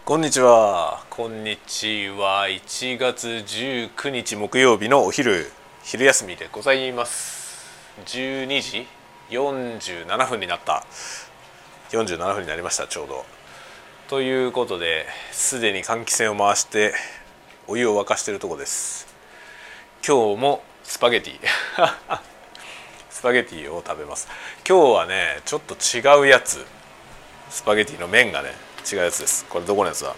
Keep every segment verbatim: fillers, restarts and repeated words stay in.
こんにちは。こんにちは。いちがつじゅうくにち木曜日のお昼昼休みでございます。じゅうにじよんじゅうななふんになった。よんじゅうななふんになりましたちょうど。ということで、すでに換気扇を回してお湯を沸かしているところです。今日もスパゲティスパゲティを食べます。今日はね、ちょっと違うやつ。スパゲティの麺がね違うやつです。これどこのやつだ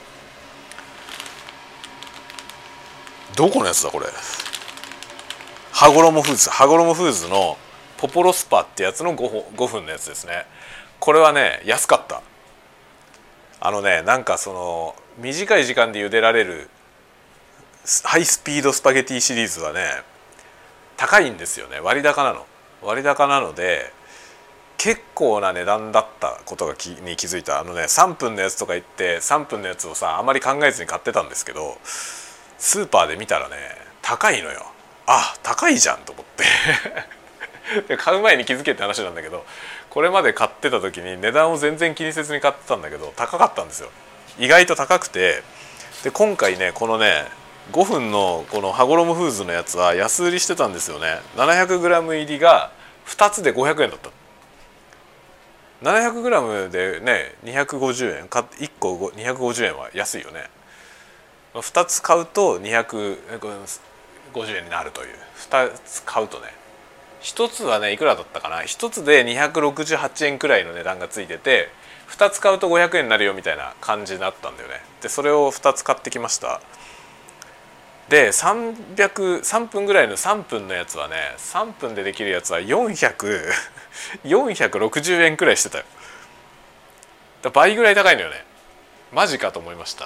どこのやつだこれ。羽衣フーズ羽衣フーズのポポロスパってやつの 5, ごふんのやつですね。これはね安かった。あのねなんかその短い時間で茹でられるハイスピードスパゲティシリーズはね高いんですよね。割高なの割高なので結構な値段だったことがきに気づいた。あのねさんぷんのやつとか言ってさんぷんのやつをさあまり考えずに買ってたんですけど、スーパーで見たらね高いのよ。あ、高いじゃんと思ってで買う前に気づけって話なんだけど、これまで買ってた時に値段を全然気にせずに買ってたんだけど高かったんですよ。意外と高くて、で今回ねこのねごふんのこの羽衣フーズのやつは安売りしてたんですよね。 ななひゃくグラム 入りがふたつでごひゃくえんだった。ななひゃくグラム でねにひゃくごじゅうえんか、いっこにひゃくごじゅうえんは安いよね。ふたつ買うとにひゃくごじゅうえんになるという。ふたつ買うとね、ひとつはねいくらだったかな。ひとつでにひゃくろくじゅうはちえんくらいの値段がついてて、ふたつ買うとごひゃくえんになるよみたいな感じになったんだよね。でそれをふたつ買ってきました。でさんびゃくさんぷんぐらいのさんぷんのやつはね、さんぷんでできるやつはよんひゃくよんひゃくろくじゅうえんくらいしてたよ。だ倍ぐらい高いのよね。マジかと思いました。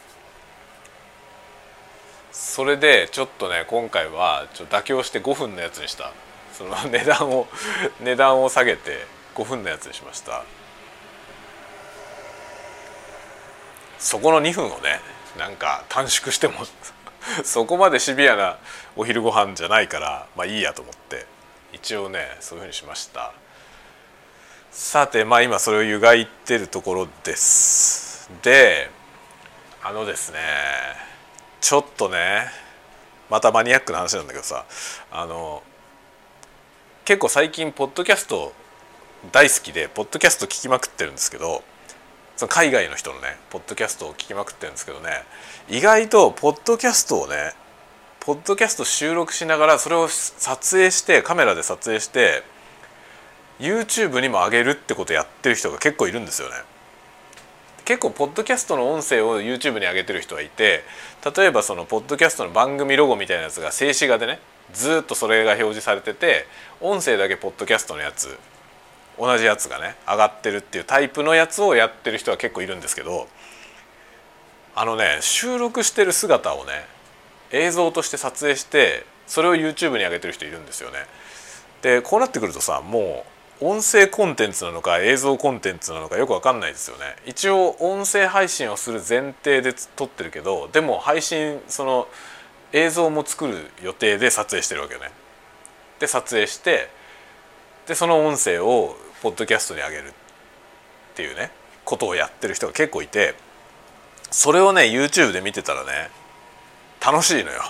それでちょっとね今回はちょっと妥協してごふんのやつにした。その値段を値段を下げてごふんのやつにしました。そこのにふんをねなんか短縮してもそこまでシビアなお昼ご飯じゃないからまあいいやと思って一応ねそういうふうにしました。さてまあ今それを湯がいてるところです。であのですねちょっとねまたマニアックな話なんだけどさ、あの結構最近ポッドキャスト大好きでポッドキャスト聞きまくってるんですけど、その海外の人のねポッドキャストを聞きまくってるんですけどね、意外とポッドキャストをねポッドキャスト収録しながらそれを撮影してカメラで撮影して YouTube にも上げるってことをやってる人が結構いるんですよね。結構ポッドキャストの音声を YouTube に上げてる人がいて、例えばそのポッドキャストの番組ロゴみたいなやつが静止画でねずっとそれが表示されてて、音声だけポッドキャストのやつ同じやつがね上がってるっていうタイプのやつをやってる人は結構いるんですけど、あのね収録してる姿をね映像として撮影してそれを YouTube に上げてる人いるんですよね。でこうなってくるとさ、もう音声コンテンツなのか映像コンテンツなのかよく分かんないですよね。一応音声配信をする前提で撮ってるけど、でも配信その映像も作る予定で撮影してるわけよね。で撮影してでその音声をポッドキャストに上げるっていうねことをやってる人が結構いて、それをね YouTube で見てたらね楽しいのよ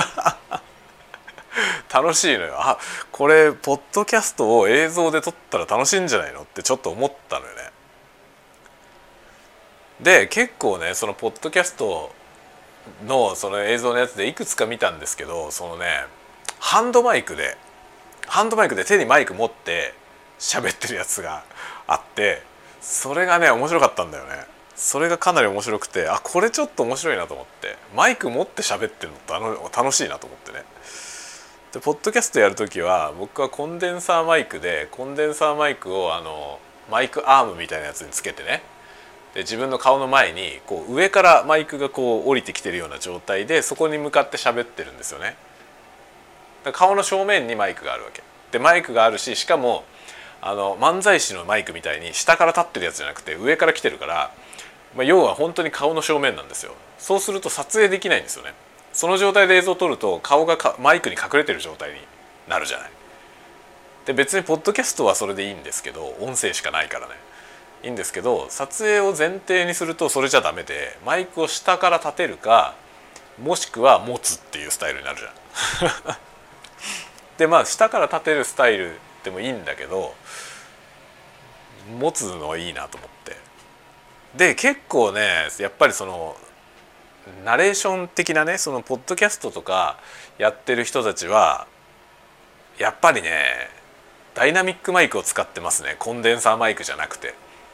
楽しいのよ。あ、これポッドキャストを映像で撮ったら楽しいんじゃないのってちょっと思ったのよね。で結構ねそのポッドキャストのその映像のやつでいくつか見たんですけど、そのねハンドマイクでハンドマイクで手にマイク持って喋ってるやつがあって、それがね面白かったんだよね。それがかなり面白くて、あこれちょっと面白いなと思って、マイク持って喋ってるのってあの楽しいなと思ってね。でポッドキャストやるときは僕はコンデンサーマイクでコンデンサーマイクをあのマイクアームみたいなやつにつけてね、で自分の顔の前にこう上からマイクがこう降りてきてるような状態でそこに向かって喋ってるんですよね。だから顔の正面にマイクがあるわけで、マイクがあるし、しかもあの漫才師のマイクみたいに下から立ってるやつじゃなくて上から来てるから、まあ、要は本当に顔の正面なんですよ。そうすると撮影できないんですよね。その状態で映像を撮ると顔がマイクに隠れてる状態になるじゃない。で別にポッドキャストはそれでいいんですけど、音声しかないからね。 いいんですけど、撮影を前提にするとそれじゃダメで、マイクを下から立てるかもしくは持つっていうスタイルになるじゃんでまあ下から立てるスタイルでもいいんだけど、持つのはいいなと思って。で結構ねやっぱりそのナレーション的なね、そのポッドキャストとかやってる人たちはやっぱりねダイナミックマイクを使ってますね。コンデンサーマイクじゃなくて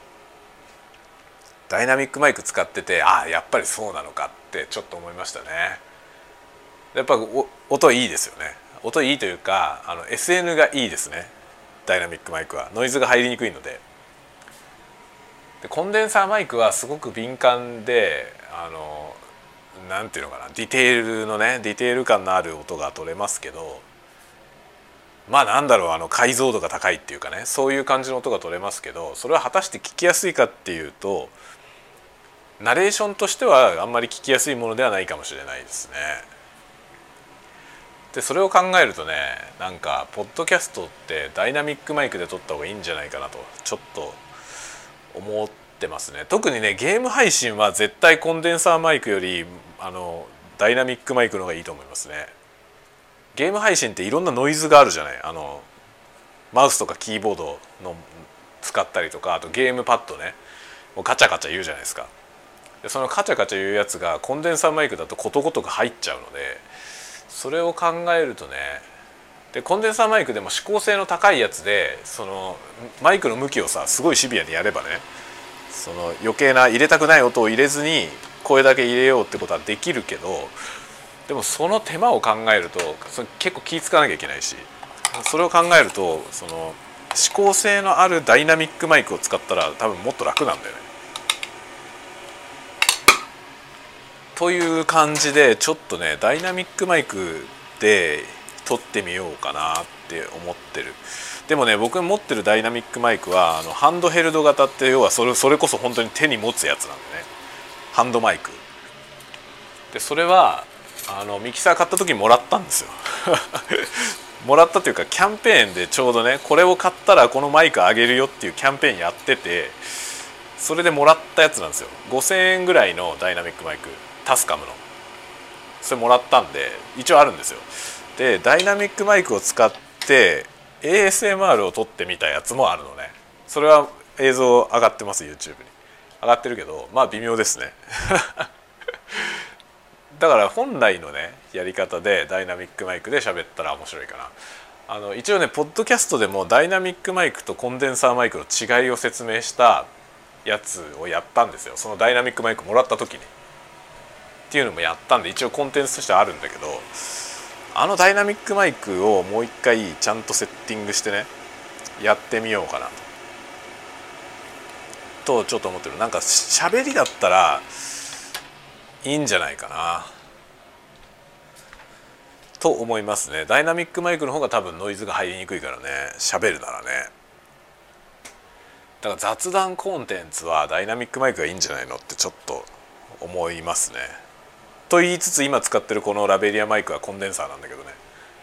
ダイナミックマイク使ってて、ああやっぱりそうなのかってちょっと思いましたね。やっぱ音いいですよね。音いいというか、あの エスエヌ がいいですね。ダイナミックマイクはノイズが入りにくいので。でコンデンサーマイクはすごく敏感で、あのなんていうのかな、ディテールのねディテール感のある音が取れますけど、まあなんだろう、あの解像度が高いっていうかね、そういう感じの音が取れますけど、それは果たして聞きやすいかっていうと、ナレーションとしてはあんまり聞きやすいものではないかもしれないですね。でそれを考えるとね、なんかポッドキャストってダイナミックマイクで撮った方がいいんじゃないかなとちょっと思ってますね。特にねゲーム配信は絶対コンデンサーマイクよりあのダイナミックマイクの方がいいと思いますね。ゲーム配信っていろんなノイズがあるじゃない。あのマウスとかキーボードの使ったりとか、あとゲームパッドね、もうカチャカチャ言うじゃないですか。でそのカチャカチャ言うやつがコンデンサーマイクだとことごとく入っちゃうので、それを考えるとね、でコンデンサーマイクでも指向性の高いやつで、そのマイクの向きをさすごいシビアにやればね、その余計な入れたくない音を入れずに声だけ入れようってことはできるけど、でもその手間を考えるとそれ結構気ぃ使わなきゃいけないし、それを考えるとその指向性のあるダイナミックマイクを使ったら多分もっと楽なんだよね。という感じでちょっとねダイナミックマイクで撮ってみようかなって思ってる。でもね僕が持ってるダイナミックマイクはあのハンドヘルド型って、要はそれそれこそ本当に手に持つやつなんでね、ハンドマイクで、それはあのミキサー買った時にもらったんですよもらったというかキャンペーンでちょうどね、これを買ったらこのマイクあげるよっていうキャンペーンやってて、それでもらったやつなんですよ。ごせんえんぐらいのダイナミックマイク、タスカムの、それもらったんで一応あるんですよ。でダイナミックマイクを使って エーエスエムアール を撮ってみたやつもあるのね。それは映像上がってます、 YouTube に上がってるけど、まあ微妙ですねだから本来のねやり方でダイナミックマイクで喋ったら面白いかな。あの一応ねポッドキャストでもダイナミックマイクとコンデンサーマイクの違いを説明したやつをやったんですよ。そのダイナミックマイクもらった時にっていうのもやったんで、一応コンテンツとしてはあるんだけど、あのダイナミックマイクをもう一回ちゃんとセッティングしてねやってみようかなととちょっと思ってる。なんか喋りだったらいいんじゃないかなと思いますね。ダイナミックマイクの方が多分ノイズが入りにくいからね、喋るならね。だから雑談コンテンツはダイナミックマイクがいいんじゃないのってちょっと思いますね。と言いつつ今使ってるこのラベリアマイクはコンデンサーなんだけどね。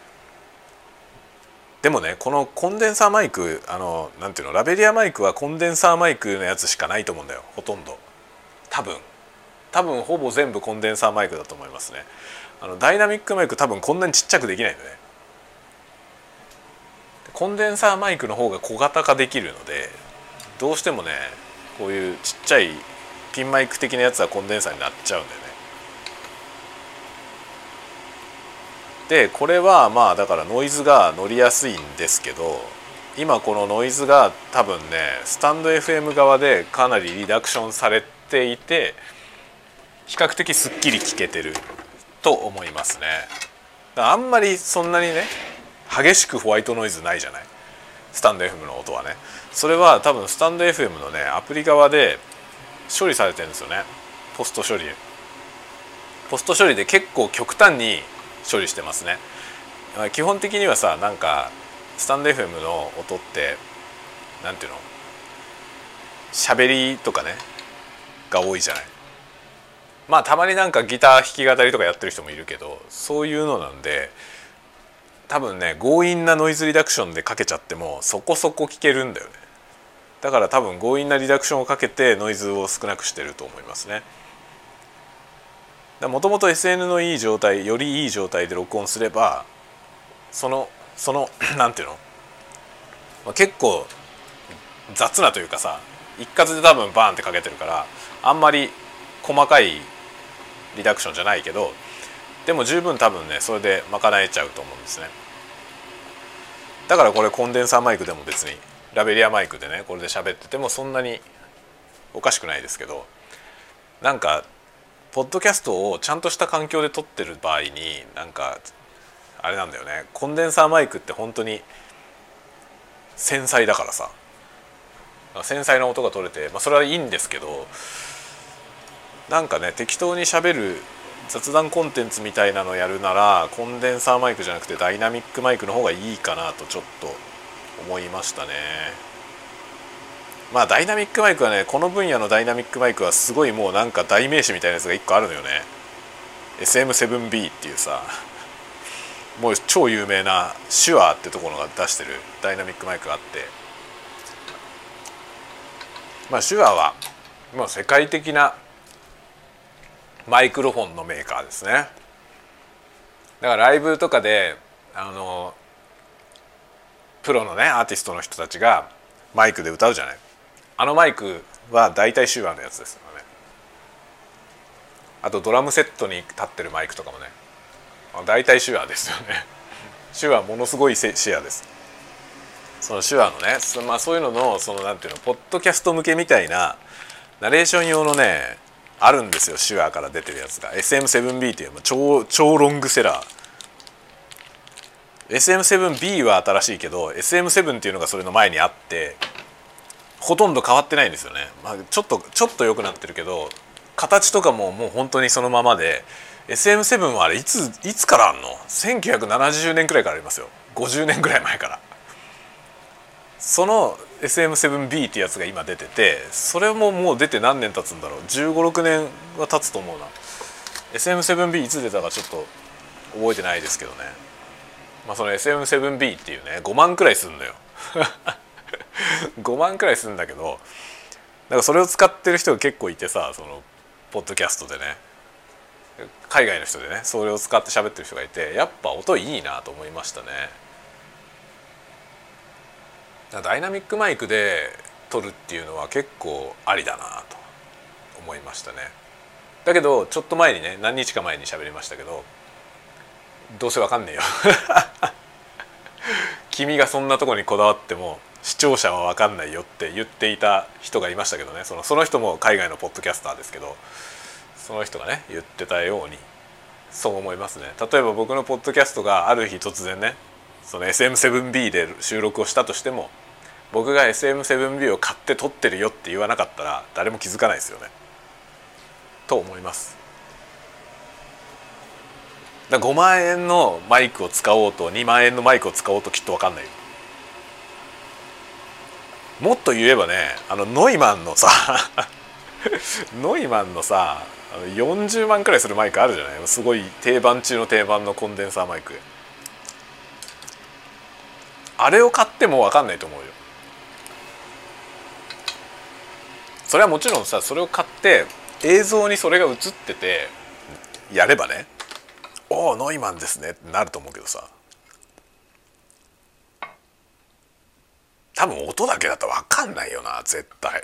でもねこのコンデンサーマイク、あのなんていうの、ラベリアマイクはコンデンサーマイクのやつしかないと思うんだよ、ほとんど。多分多分ほぼ全部コンデンサーマイクだと思いますね。あのダイナミックマイク多分こんなにちっちゃくできないんだね。コンデンサーマイクの方が小型化できるので、どうしてもねこういうちっちゃいピンマイク的なやつはコンデンサーになっちゃうんだよね。でこれはまあだからノイズが乗りやすいんですけど、今このノイズが多分ねスタンド エフエム 側でかなりリダクションされていて比較的すっきり聞けてると思いますね。だからあんまりそんなにね激しくホワイトノイズないじゃない、スタンド エフエム の音はね。それは多分スタンド エフエム のねアプリ側で処理されてるんですよね。ポスト処理ポスト処理で結構極端に処理してますね。基本的にはさ、なんかスタンド エフエム の音ってなんていうの、喋りとかねが多いじゃない。まあたまになんかギター弾き語りとかやってる人もいるけど、そういうのなんで多分ね強引なノイズリダクションでかけちゃってもそこそこ聞けるんだよね。 だから多分強引なリダクションをかけてノイズを少なくしてると思いますね。もともと エスエヌ のいい状態、よりいい状態で録音すればそのそのなんていうの、まあ、結構雑なというかさ、一括で多分バーンってかけてるからあんまり細かいリダクションじゃないけど、でも十分多分ねそれで賄えちゃうと思うんですね。だからこれコンデンサーマイクでも別にラベリアマイクでねこれで喋っててもそんなにおかしくないですけど、なんかポッドキャストをちゃんとした環境で撮ってる場合になんかあれなんだよね、コンデンサーマイクって本当に繊細だからさ、繊細な音が取れて、まあ、それはいいんですけど、なんかね適当に喋る雑談コンテンツみたいなのやるならコンデンサーマイクじゃなくてダイナミックマイクの方がいいかなとちょっと思いましたね。まあダイナミックマイクはね、この分野のダイナミックマイクはすごいもうなんか代名詞みたいなやつがいっこあるのよね。 エスエムセブンビー っていうさ、もう超有名なシュアーってところが出してるダイナミックマイクがあって、まあシュアーはもう世界的なマイクロフォンのメーカーですね。だからライブとかであのプロのねアーティストの人たちがマイクで歌うじゃない。あのマイクは大体シュアーのやつですよね。あとドラムセットに立ってるマイクとかもね大体シュアーですよね。シュアーものすごいシェアです。そのシュアーのね、そ、まあ、そういうののそのなんていうのポッドキャスト向けみたいなナレーション用のねあるんですよ。シュアーから出てるやつが エスエムセブンビー っていう超超ロングセラー。 エスエムセブンビー は新しいけど エスエムセブン っていうのがそれの前にあってほとんど変わってないんですよね。まあ、ちょっとちょっと良くなってるけど形とかももう本当にそのままで、 エスエムセブン はあれいついつからあんの？せんきゅうひゃくななじゅうねんくらいからありますよ。ごじゅうねんぐらい前から。その エスエムセブンビー ってやつが今出てて、それももう出て何年経つんだろう、じゅうご、ろくねんは経つと思うな。 エスエムセブンビー いつ出たかちょっと覚えてないですけどね。まあその エスエムセブンビー っていうねごまんくらいするんだよごまんくらいするんだけど、なんかそれを使ってる人が結構いてさ、そのポッドキャストでね海外の人でねそれを使って喋ってる人がいて、やっぱ音いいなと思いましたね。ダイナミックマイクで撮るっていうのは結構ありだなと思いましたね。だけどちょっと前にね何日か前に喋りましたけど、どうせわかんねえよ君がそんなとこにこだわっても視聴者はわかんないよって言っていた人がいましたけどね、そのその人も海外のポッドキャスターですけど、その人がね言ってたようにそう思いますね。例えば僕のポッドキャストがある日突然ねその エスエムセブンビー で収録をしたとしても、僕が エスエムセブンビー を買って撮ってるよって言わなかったら誰も気づかないですよねと思います。だごまん円のマイクを使おうとにまん円のマイクを使おうときっと分かんないよ。もっと言えばね、あのノイマンのさノイマンのさよんじゅうまんくらいするマイクあるじゃない。すごい定番中の定番のコンデンサーマイク、あれを買っても分かんないと思うよ。それはもちろんさ、それを買って映像にそれが映っててやればね、おおノイマンですねってなると思うけどさ、多分音だけだと分かんないよな絶対。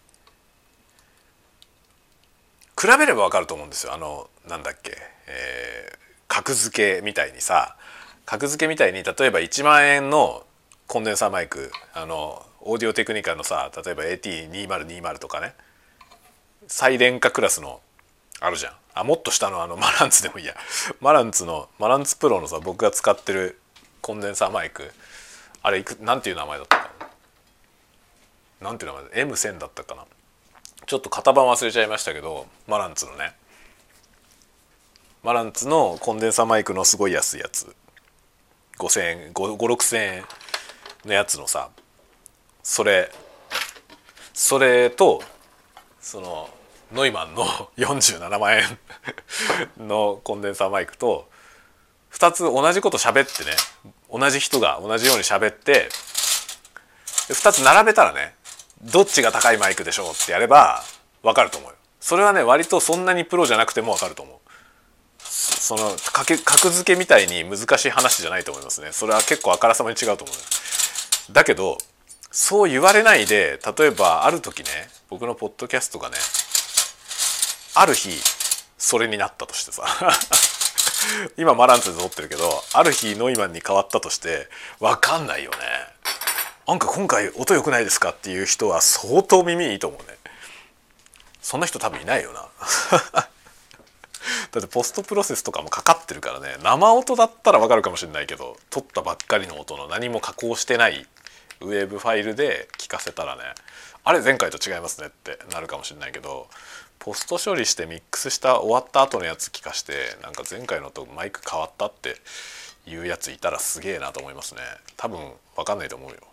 比べれば分かると思うんですよ。あのなんだっけ、えー、格付けみたいにさ、格付けみたいに例えばいちまん円のコンデンサーマイク、あのオーディオテクニカのさ、例えば エーティーにせんにじゅう とかね、最廉価クラスのあるじゃん。あもっと下のあのマランツでもいいや、マランツのマランツプロのさ僕が使ってるコンデンサーマイク、あれいくなんていう名前だったかな、なんていう名前だ エムせん だったかな、ちょっと型番忘れちゃいましたけど、マランツのねマランツのコンデンサーマイクのすごい安いやつごせんえんご、ろくせんえんのやつのさ、それそれとそのノイマンのよんじゅうななまん円のコンデンサーマイクとふたつ同じこと喋ってね、同じ人が同じように喋ってふたつ並べたらねどっちが高いマイクでしょうってやれば分かると思うよ。それはね割とそんなにプロじゃなくても分かると思う。その格付けみたいに難しい話じゃないと思いますね。それは結構あからさまに違うと思う。だけどそう言われないで、例えばある時ね僕のポッドキャストがねある日それになったとしてさ今マランツで撮ってるけどある日ノイマンに変わったとして分かんないよね。なんか今回音良くないですかっていう人は相当耳いいと思うね。そんな人多分いないよなだってポストプロセスとかもかかってるからね。生音だったら分かるかもしれないけど、撮ったばっかりの音の何も加工してないウェブファイルで聞かせたらね、あれ前回と違いますねってなるかもしれないけど、ポスト処理してミックスした終わった後のやつ聞かしてなんか前回のとマイク変わったっていうやついたらすげえなと思いますね。多分分かんないと思うよ。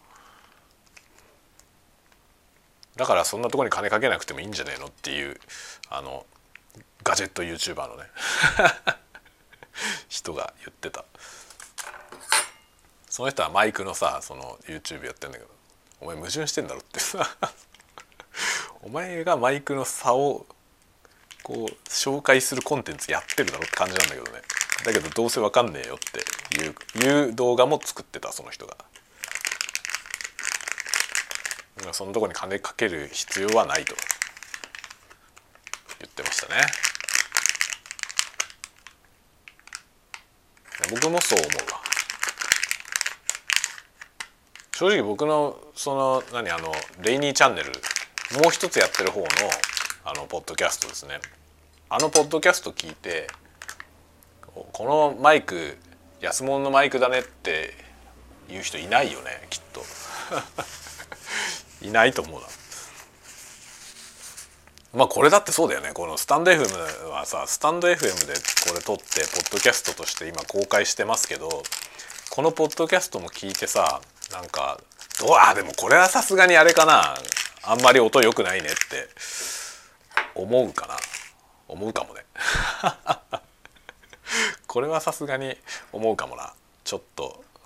だからそんなところに金かけなくてもいいんじゃねえのっていうあのガジェット YouTuber のね人が言ってた。その人はマイクのさその YouTube やってんだけど、お前矛盾してんだろってさお前がマイクの差をこう紹介するコンテンツやってるだろって感じなんだけどね。だけどどうせわかんねえよっていう、いう動画も作ってたその人が。そのとこに金かける必要はないと言ってましたね。僕もそう思うわ。正直僕のその何あのレイニーチャンネルもう一つやってる方のあのポッドキャストですね。あのポッドキャスト聞いてこのマイク安物のマイクだねっていう人いないよねきっといないと思うな。まあこれだってそうだよね。このスタンド エフエム はさスタンド エフエム でこれ撮ってポッドキャストとして今公開してますけど、このポッドキャストも聞いてさなんかどうあでもこれはさすがにあれかな、あんまり音良くないねって思うかな、思うかもねこれはさすがに思うかもなちょっと、うん、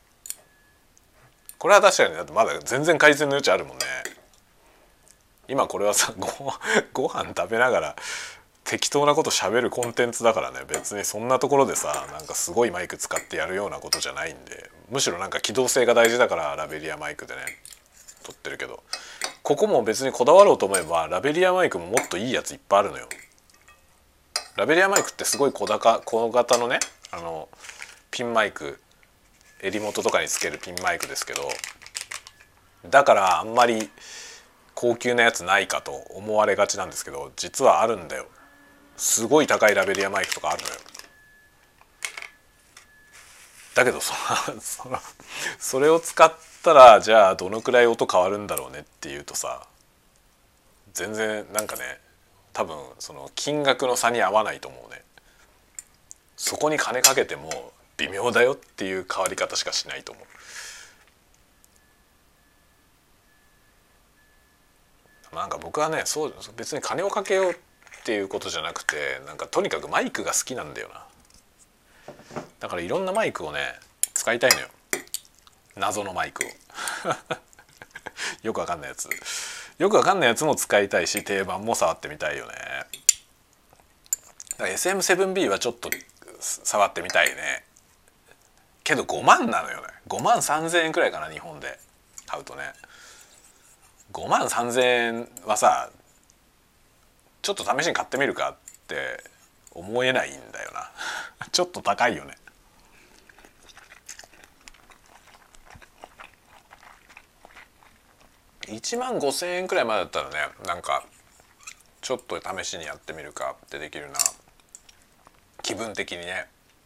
これは確かにだってまだ全然改善の余地あるもんね。今これはさ ご, ご飯食べながら適当なこと喋るコンテンツだからね、別にそんなところでさなんかすごいマイク使ってやるようなことじゃないんで、むしろなんか機動性が大事だからラベリアマイクでね撮ってるけど、ここも別にこだわろうと思えばラベリアマイクももっといいやついっぱいあるのよ。ラベリアマイクってすごい小高小型のねあのピンマイク、襟元とかにつけるピンマイクですけど、だからあんまり高級なやつないかと思われがちなんですけど、実はあるんだよ。すごい高いラベリアマイクとかあるのよ。だけどそそのそれを使ったらじゃあどのくらい音変わるんだろうねっていうとさ、全然なんかね多分その金額の差に合わないと思うね。そこに金かけても微妙だよっていう変わり方しかしないと思う。なんか僕はねそう別に金をかけようっていうことじゃなくて、なんかとにかくマイクが好きなんだよな。だからいろんなマイクをね使いたいのよ、謎のマイクをよくわかんないやつよくわかんないやつも使いたいし定番も触ってみたいよね。だから エスエムセブンビー はちょっと触ってみたいね。けどごまんなのよね。ごまんさんぜんえんくらいかな日本で買うとね。ごまんさんぜんえんはさちょっと試しに買ってみるかって思えないんだよなちょっと高いよね。いちまんごせんえんくらいまでだったらねなんかちょっと試しにやってみるかってできるな、気分的にね。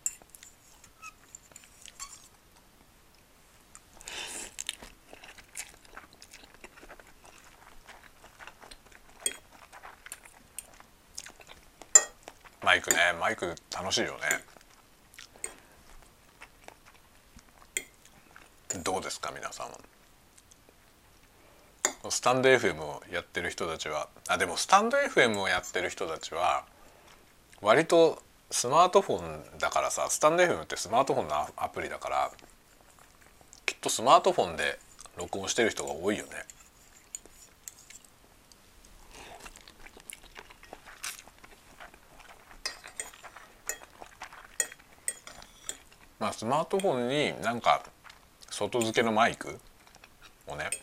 マイクねマイク楽しいよね。どうですか皆さん。スタンド エフエム をやってる人たちはあでもスタンド エフエム をやってる人たちは割とスマートフォンだからさ、スタンド エフエム ってスマートフォンのアプリだからきっとスマートフォンで録音してる人が多いよね。 まあ、スマートフォンになんか外付けのマイクをね、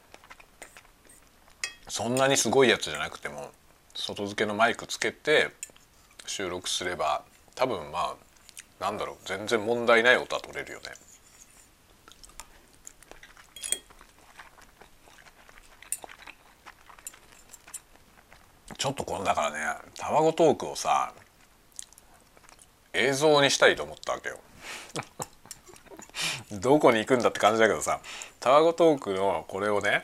そんなにすごいやつじゃなくても外付けのマイクつけて収録すれば多分まあなんだろう、全然問題ない音は取れるよね。ちょっとこのだからね、タワゴトークをさ映像にしたいと思ったわけよどこに行くんだって感じだけどさ、タワゴトークのこれをね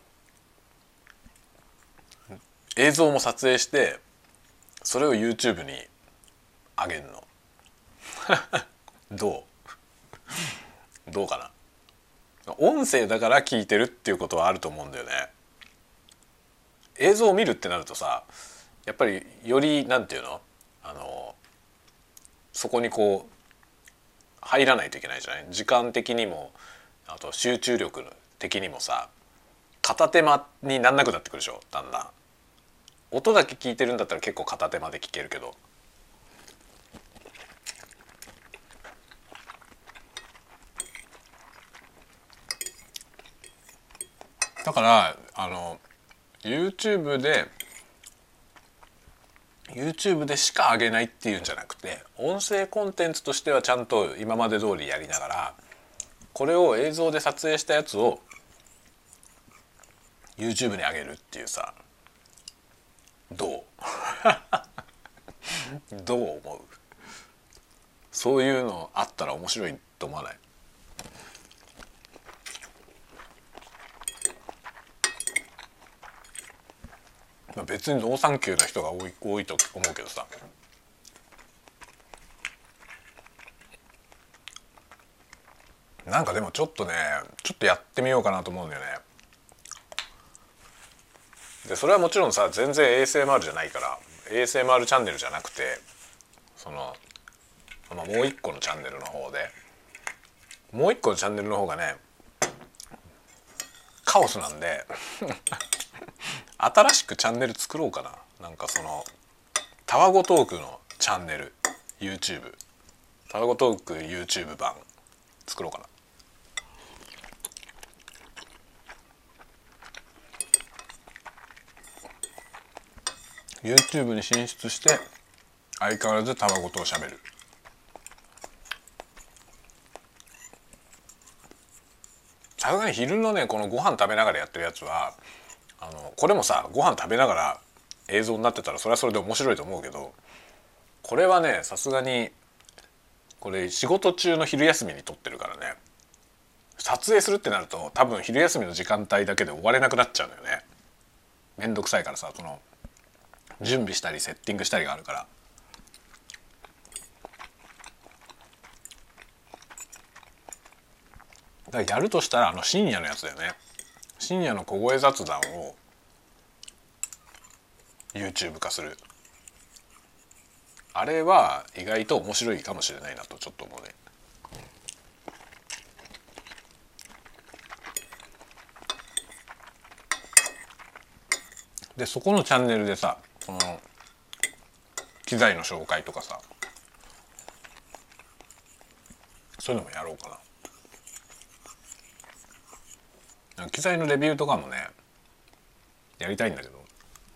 映像も撮影してそれを YouTube に上げるのどうどうかな。音声だから聞いてるっていうことはあると思うんだよね。映像を見るってなるとさ、やっぱりよりなんていうの、あのそこにこう入らないといけないじゃない。時間的にもあと集中力的にもさ、片手間になんなくなってくるでしょ。だんだん音だけ聞いてるんだったら結構片手間で聞けるけど、だからあの YouTube で YouTube でしか上げないっていうんじゃなくて、音声コンテンツとしてはちゃんと今まで通りやりながら、これを映像で撮影したやつを YouTube に上げるっていうさ、どうどう思う？そういうのあったら面白いと思わない？別にノーサンキューな人が多い、多いと思うけどさ、なんかでもちょっとねちょっとやってみようかなと思うんだよね。でそれはもちろんさ全然 エーエスエムアール じゃないから エーエスエムアール チャンネルじゃなくて、その、まあ、もう一個のチャンネルの方でもう一個のチャンネルの方がねカオスなんで新しくチャンネル作ろうかな。なんかそのタワゴトークのチャンネル YouTube タワゴトーク YouTube 版作ろうかな。YouTube に進出して相変わらずタワゴとしゃべる。さすがに昼のねこのご飯食べながらやってるやつはあのこれもさご飯食べながら映像になってたらそれはそれで面白いと思うけど、これはねさすがにこれ仕事中の昼休みに撮ってるからね、撮影するってなると多分昼休みの時間帯だけで終われなくなっちゃうのよね。めんどくさいからさ、その準備したりセッティングしたりがあるから。だからやるとしたらあの深夜のやつだよね。深夜の小声雑談を YouTube 化する、あれは意外と面白いかもしれないなとちょっと思うね。でそこのチャンネルでさ、その機材の紹介とかさそういうのもやろうかな。機材のレビューとかもねやりたいんだけど、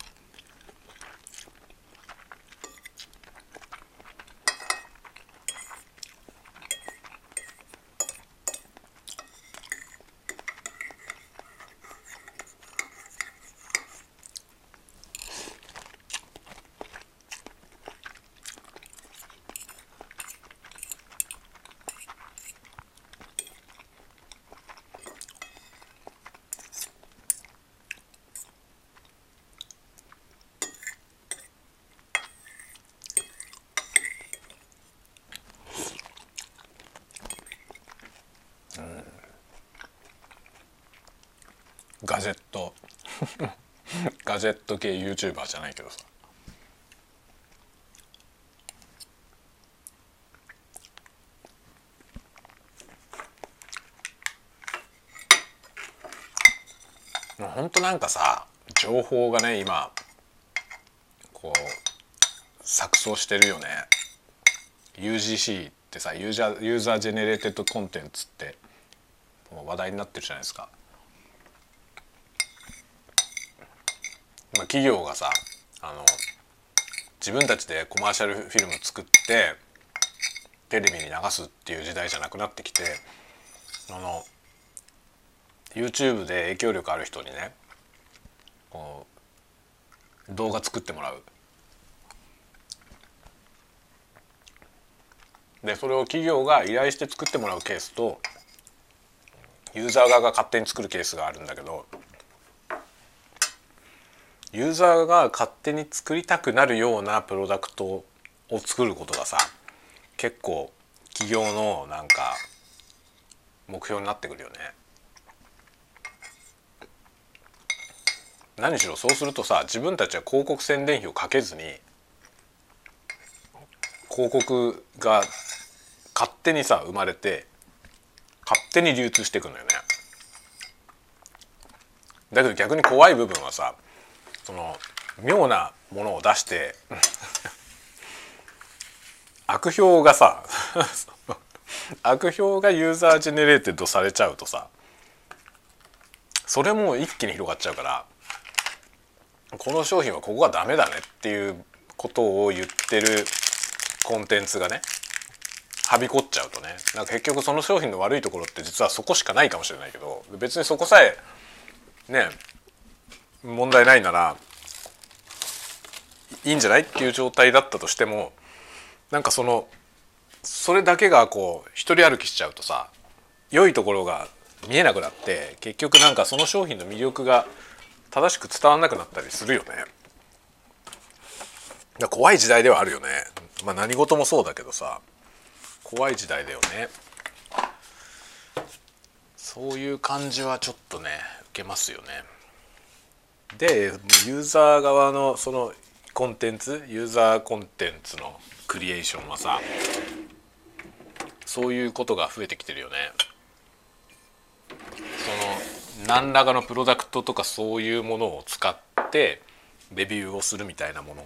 ガジェットガジェット系 YouTuber じゃないけどさ、もうほんとなんかさ情報がね今こう錯綜してるよね。 ユージーシーってさ、ユーザーユーザージェネレーテッドコンテンツってもう話題になってるじゃないですか。まあ、企業がさあの自分たちでコマーシャルフィルム作ってテレビに流すっていう時代じゃなくなってきて、あの YouTube で影響力ある人にねこう動画作ってもらう。でそれを企業が依頼して作ってもらうケースとユーザー側が勝手に作るケースがあるんだけど、ユーザーが勝手に作りたくなるようなプロダクトを作ることがさ結構企業のなんか目標になってくるよね。何しろそうするとさ、自分たちは広告宣伝費をかけずに広告が勝手にさ生まれて勝手に流通していくのよね。だけど逆に怖い部分はさ、その妙なものを出して悪評がさ悪評がユーザージェネレーテッドされちゃうとさ、それも一気に広がっちゃうから、この商品はここがダメだねっていうことを言ってるコンテンツがねはびこっちゃうとね、なんか結局その商品の悪いところって実はそこしかないかもしれないけど、別にそこさえね問題ないならいいんじゃないっていう状態だったとしても、なんかそのそれだけがこう一人歩きしちゃうとさ、良いところが見えなくなって結局なんかその商品の魅力が正しく伝わんなくなったりするよね。だ怖い時代ではあるよね。まあ何事もそうだけどさ、怖い時代だよね。そういう感じはちょっとね受けますよね。でユーザー側のそのコンテンツユーザーコンテンツのクリエーションはさ、そういうことが増えてきてるよね。その何らかのプロダクトとかそういうものを使ってレビューをするみたいなもの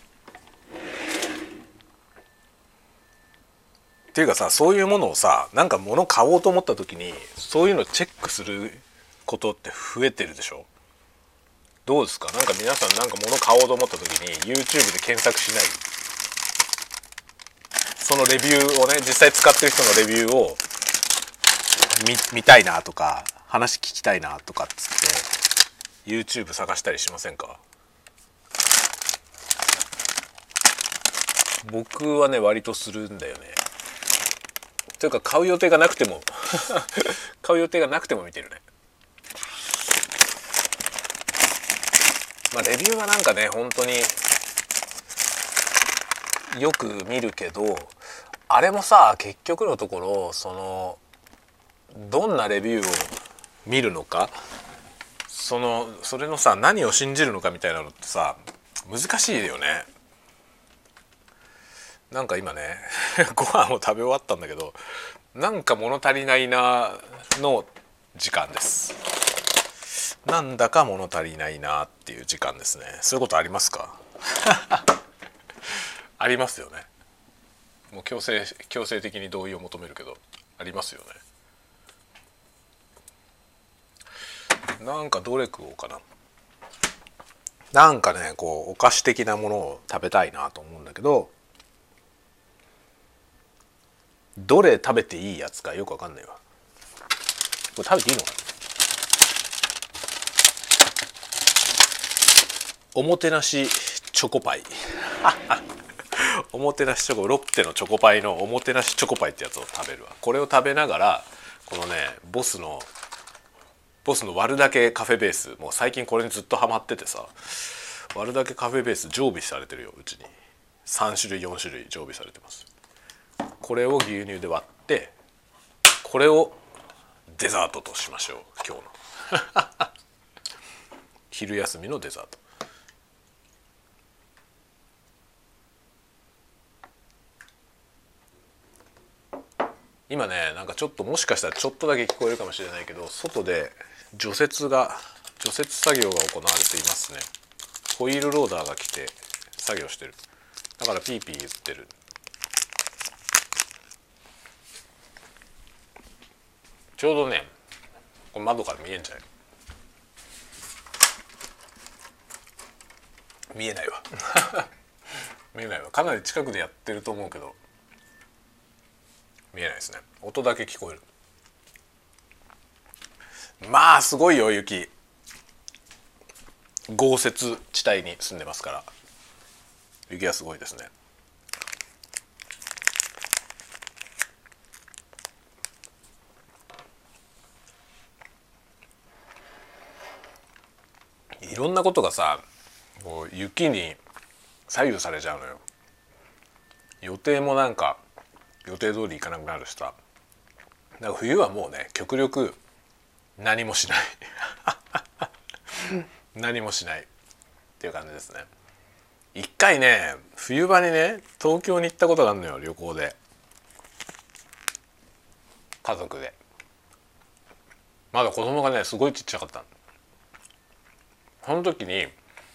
っていうかさ、そういうものをさなんか物買おうと思った時にそういうのをチェックすることって増えてるでしょ。どうですか？なんか皆さんなんか物買おうと思った時に YouTube で検索しない？そのレビューをね、実際使ってる人のレビューを 見, 見たいなとか話聞きたいなとかっつって YouTube 探したりしませんか？僕はね割とするんだよね。というか買う予定がなくても買う予定がなくても見てるね。まあレビューはなんかね本当によく見るけど、あれもさ結局のところそのどんなレビューを見るのか、そのそれのさ何を信じるのかみたいなのってさ難しいよね。なんか今ねご飯を食べ終わったんだけど、なんか物足りないなの時間です。なんだか物足りないなっていう時間ですね。そういうことありますか？ありますよね。もう強制強制的に同意を求めるけどありますよね。なんかどれ食おうかな。なんかねこうお菓子的なものを食べたいなと思うんだけど、どれ食べていいやつかよくわかんないわ。これ食べていいのかな。おもてなしチョコパイおもてなしチョコ、ロッテのチョコパイのおもてなしチョコパイってやつを食べるわ。これを食べながらこのねボスのボスの割るだけカフェベース、もう最近これにずっとハマっててさ、割るだけカフェベース常備されてるよ。うちにさん種類よん種類常備されてます。これを牛乳で割ってこれをデザートとしましょう。今日の昼休みのデザート。今ねなんかちょっともしかしたらちょっとだけ聞こえるかもしれないけど、外で除雪が除雪作業が行われていますね。ホイールローダーが来て作業してる。だからピーピー言ってる。 ちょうどねこれ窓から見えんじゃない？見えないわ見えないわ。かなり近くでやってると思うけど見えないですね。音だけ聞こえる。まあすごいよ雪。豪雪地帯に住んでますから雪はすごいですね。いろんなことがさこう雪に左右されちゃうのよ。予定もなんか予定通りいかなくなるしさ。だから冬はもうね極力何もしない何もしないっていう感じですね。一回ね冬場にね東京に行ったことがあるのよ、旅行で。家族で。まだ子供がねすごいちっちゃかったの。その時に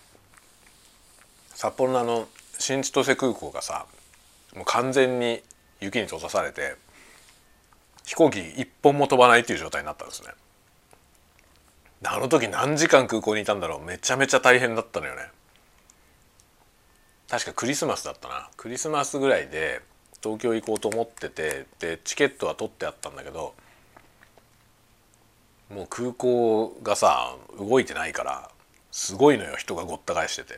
札幌のあの新千歳空港がさもう完全に雪に閉ざされて飛行機一本も飛ばないっていう状態になったんですね。あの時何時間空港にいたんだろう。めちゃめちゃ大変だったのよね。確かクリスマスだったな。クリスマスぐらいで東京行こうと思ってて、でチケットは取ってあったんだけどもう空港がさ動いてないからすごいのよ、人がごった返してて。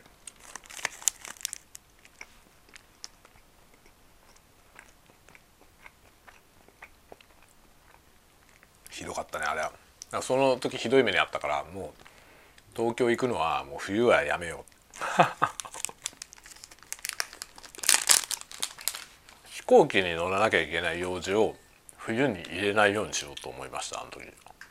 ひどかったねあれは。その時ひどい目にあったからもう東京行くのはもう冬はやめよう飛行機に乗らなきゃいけない用事を冬に入れないようにしようと思いました、あの時。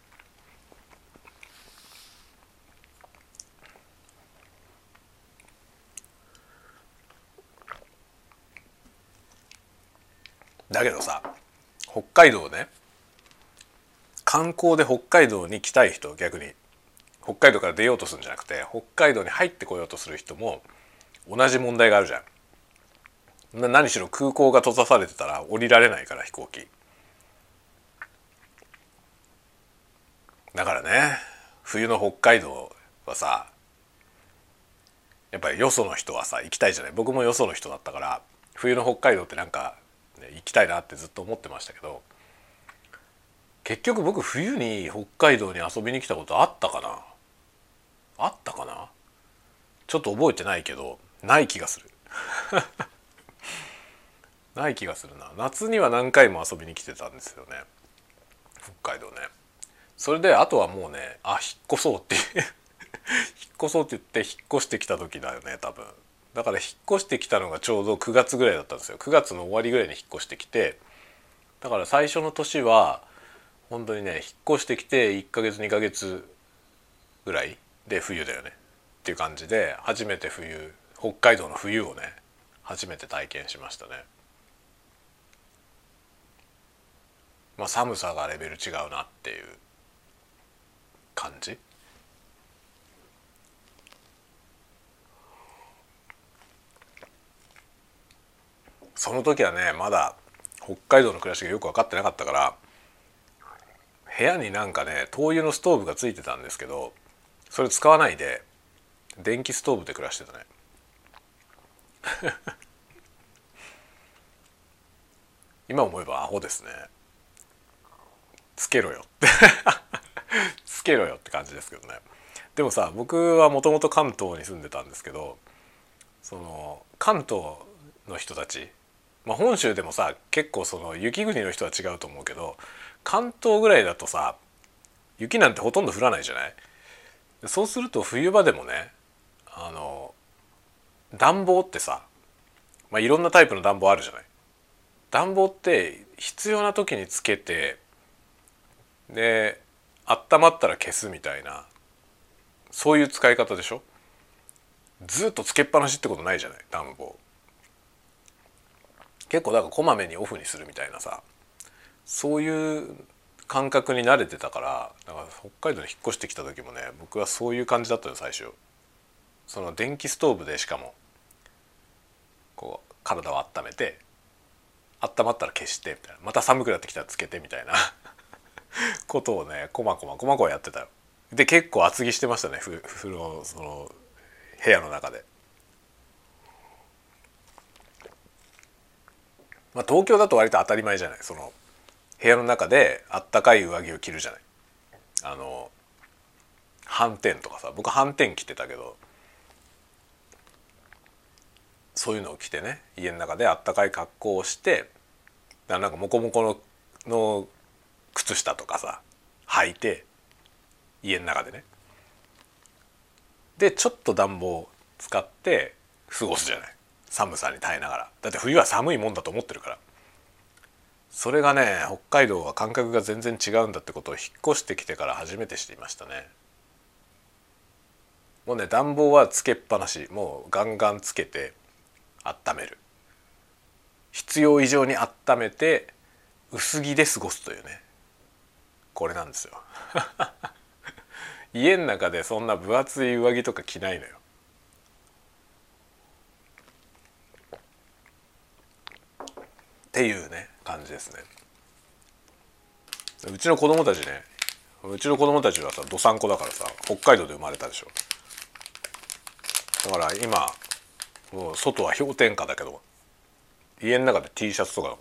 だけどさ北海道ね観光で北海道に来たい人、逆に北海道から出ようとするんじゃなくて北海道に入ってこようとする人も同じ問題があるじゃん。何しろ空港が閉ざされてたら降りられないから飛行機だからね。冬の北海道はさやっぱりよその人はさ行きたいじゃない。僕もよその人だったから冬の北海道ってなんか、ね、行きたいなってずっと思ってましたけど、結局僕冬に北海道に遊びに来たことあったかなあったかなちょっと覚えてないけどない気がするない気がするな。夏には何回も遊びに来てたんですよね、北海道ね。それであとはもうねあ引っ越そうって引っ越そうって言って引っ越してきた時だよね多分。だから引っ越してきたのがちょうどくがつぐらいだったんですよ。くがつの終わりぐらいに引っ越してきて、だから最初の年は本当にね引っ越してきていっかげつにかげつぐらいで冬だよねっていう感じで初めて冬北海道の冬をね初めて体験しましたね。まあ寒さがレベル違うなっていう感じ。その時はねまだ北海道の暮らしがよく分かってなかったから部屋になんかね灯油のストーブがついてたんですけどそれ使わないで電気ストーブで暮らしてたね今思えばアホですね。つけろよってつけろよって感じですけどね。でもさ僕はもともと関東に住んでたんですけどその関東の人たち、まあ、本州でもさ結構その雪国の人は違うと思うけど関東ぐらいだとさ雪なんてほとんど降らないじゃない。そうすると冬場でもねあの暖房ってさ、まあ、いろんなタイプの暖房あるじゃない。暖房って必要な時につけてで温まったら消すみたいなそういう使い方でしょ。ずっとつけっぱなしってことないじゃない暖房。結構だからこまめにオフにするみたいなさそういう感覚に慣れてたからだから北海道に引っ越してきた時もね僕はそういう感じだったよ最初。その電気ストーブでしかもこう体を温めて温まったら消してみたいなまた寒くなってきたらつけてみたいなことをねこまこまこまこまやってたよ。で結構厚着してましたね、ふ風呂その部屋の中で。まあ東京だと割と当たり前じゃない、その部屋の中であったかい上着を着るじゃない。あの斑点とかさ、僕斑点着てたけど、そういうのを着てね家の中であったかい格好をして、なんかモコモコのの靴下とかさ履いて家の中でね、でちょっと暖房使って過ごすじゃない、寒さに耐えながら。だって冬は寒いもんだと思ってるから。それがね北海道は感覚が全然違うんだってことを引っ越してきてから初めて知りましたね。もうね暖房はつけっぱなし、もうガンガンつけて温める、必要以上に温めて薄着で過ごすというね、これなんですよ家の中でそんな分厚い上着とか着ないのよ。っていうね感じですね。うちの子供たちね、うちの子供たちはさどさんこだからさ、北海道で生まれたでしょ。だから今もう外は氷点下だけど家の中で T シャツとかだもん。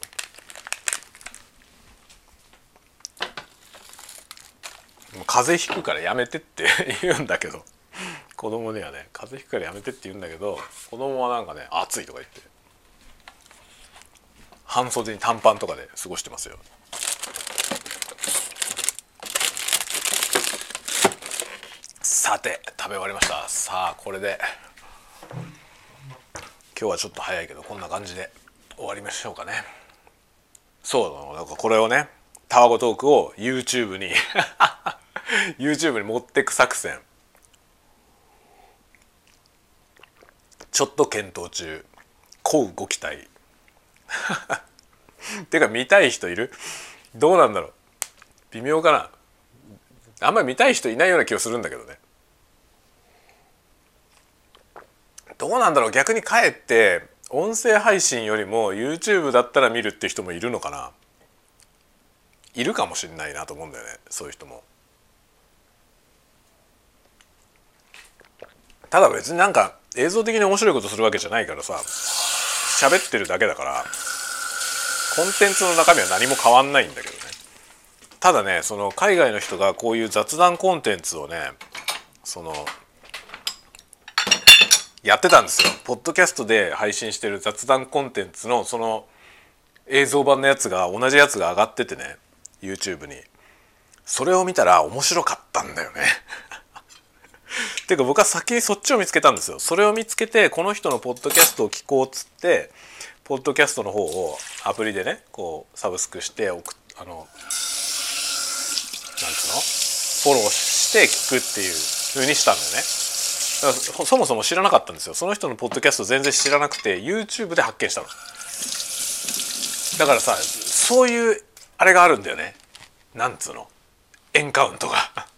風邪ひくからやめてって言うんだけど、子供にはね風邪ひくからやめてって言うんだけど、子供はなんかね暑いとか言って半袖に短パンとかで過ごしてますよ。さて食べ終わりました。さあこれで今日はちょっと早いけどこんな感じで終わりましょうかね。そうなんかこれをねタワゴトークを YouTube にYouTube に持ってく作戦ちょっと検討中、こうご期待てか見たい人いる？どうなんだろう、微妙かな。あんまり見たい人いないような気がするんだけどね。どうなんだろう、逆にかえって音声配信よりも YouTube だったら見るっていう人もいるのかな。いるかもしれないなと思うんだよね、そういう人も。ただ別になんか映像的に面白いことするわけじゃないからさ、喋ってるだけだからコンテンツの中身は何も変わんないんだけどね。ただねその海外の人がこういう雑談コンテンツをねそのやってたんですよ。ポッドキャストで配信してる雑談コンテンツのその映像版のやつが同じやつが上がっててね YouTube に。それを見たら面白かったんだよねていうか僕は先にそっちを見つけたんですよ。それを見つけてこの人のポッドキャストを聞こうっつってポッドキャストの方をアプリでねこうサブスクしておく、あのなんつうのフォローして聞くっていう風にしたんだよね。だからそもそも知らなかったんですよ。その人のポッドキャスト全然知らなくて YouTube で発見したの。だからさそういうあれがあるんだよね、なんつうのエンカウントが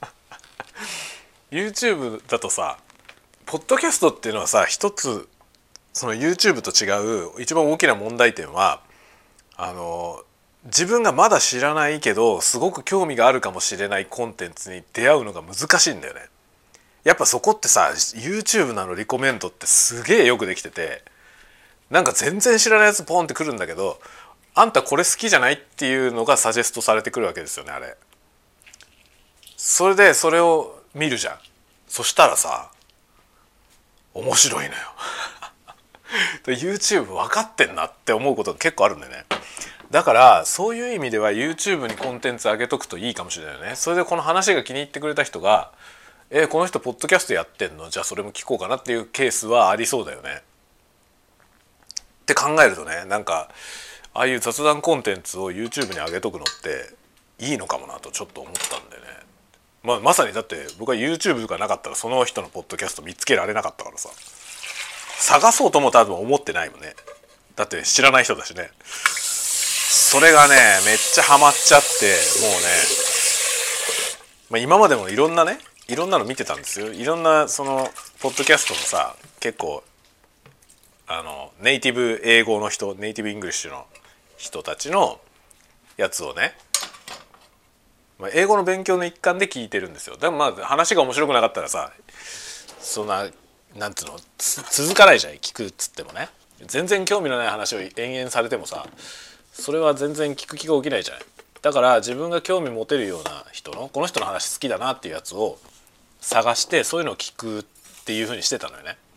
YouTube だとさポッドキャストっていうのはさ一つその YouTube と違う一番大きな問題点はあの自分がまだ知らないけどすごく興味があるかもしれないコンテンツに出会うのが難しいんだよね。やっぱそこってさ YouTube のあのリコメンドってすげえよくできてて、なんか全然知らないやつポンってくるんだけど、あんたこれ好きじゃないっていうのがサジェストされてくるわけですよねあれ。それでそれを見るじゃん。そしたらさ面白いのよYouTube 分かってんなって思うことが結構あるんだよね。だからそういう意味では YouTube にコンテンツ上げとくといいかもしれないよね。それでこの話が気に入ってくれた人がえこの人ポッドキャストやってんの、じゃあそれも聞こうかなっていうケースはありそうだよねって考えるとね、なんかああいう雑談コンテンツを YouTube に上げとくのっていいのかもなとちょっと思ったんでね。まあ、まさにだって僕は YouTube がなかったらその人のポッドキャスト見つけられなかったからさ、探そうとも多分思ってないもんね。だって知らない人だしね。それがねめっちゃハマっちゃってもうね、まあ、今までもいろんなねいろんなの見てたんですよ。いろんなそのポッドキャストのさ結構あのネイティブ英語の人ネイティブイングリッシュの人たちのやつをねまあ、英語の勉強の一環で聞いてるんですよ。でもまあ話が面白くなかったらさ、そんななんつうの続かないじゃん、聞くっつってもね。全然興味のない話を延々されてもさ、それは全然聞く気が起きないじゃない。だから自分が興味持てるような人の、この人の話好きだなっていうやつを探して、そういうのを聞くっていう風にしてたのよね。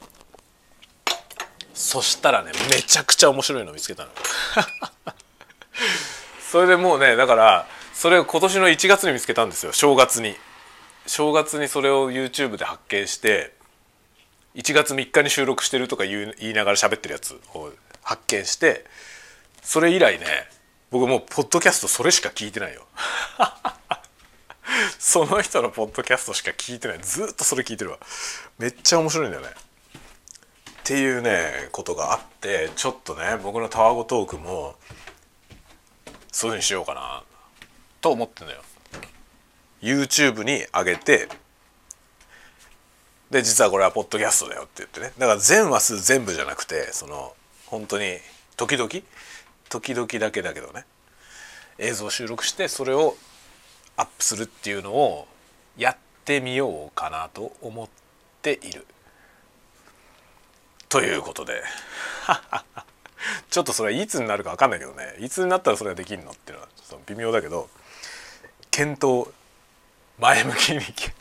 そしたらね、めちゃくちゃ面白いの見つけたのそれでもうね、だからそれを今年のいちがつに見つけたんですよ。正月に正月にそれを YouTube で発見して、いちがつみっかに収録してるとか言いながら喋ってるやつを発見して、それ以来ね、僕もうポッドキャストそれしか聞いてないよその人のポッドキャストしか聞いてない。ずっとそれ聞いてるわ。めっちゃ面白いんだよねっていうねことがあって、ちょっとね僕のたわごトークもそういう風にしようかなと思ってんだよ。 YouTube に上げて、で実はこれはポッドキャストだよって言ってね。だから全話数全部じゃなくて、その本当に時々時々だけだけどね、映像を収録してそれをアップするっていうのをやってみようかなと思っているということでちょっとそれはいつになるか分かんないけどね、いつになったらそれができるのっていうのはその微妙だけど、検討前向きに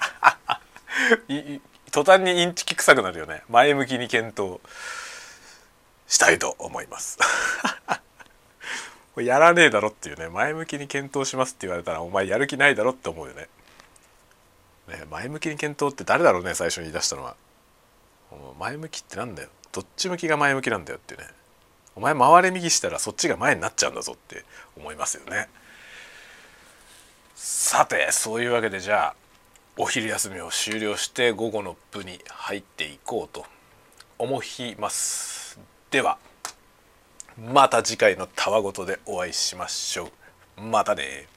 途端にインチキ臭くなるよね。前向きに検討したいと思いますやらねえだろっていうね。前向きに検討しますって言われたらお前やる気ないだろって思うよね。ね、前向きに検討って誰だろうね、最初に言い出したのは。前向きってなんだよ、どっち向きが前向きなんだよっていうね。お前回れ右したらそっちが前になっちゃうんだぞって思いますよね。さてそういうわけで、じゃあお昼休みを終了して午後の部に入っていこうと思います。ではまた次回のたわごとでお会いしましょう。またね。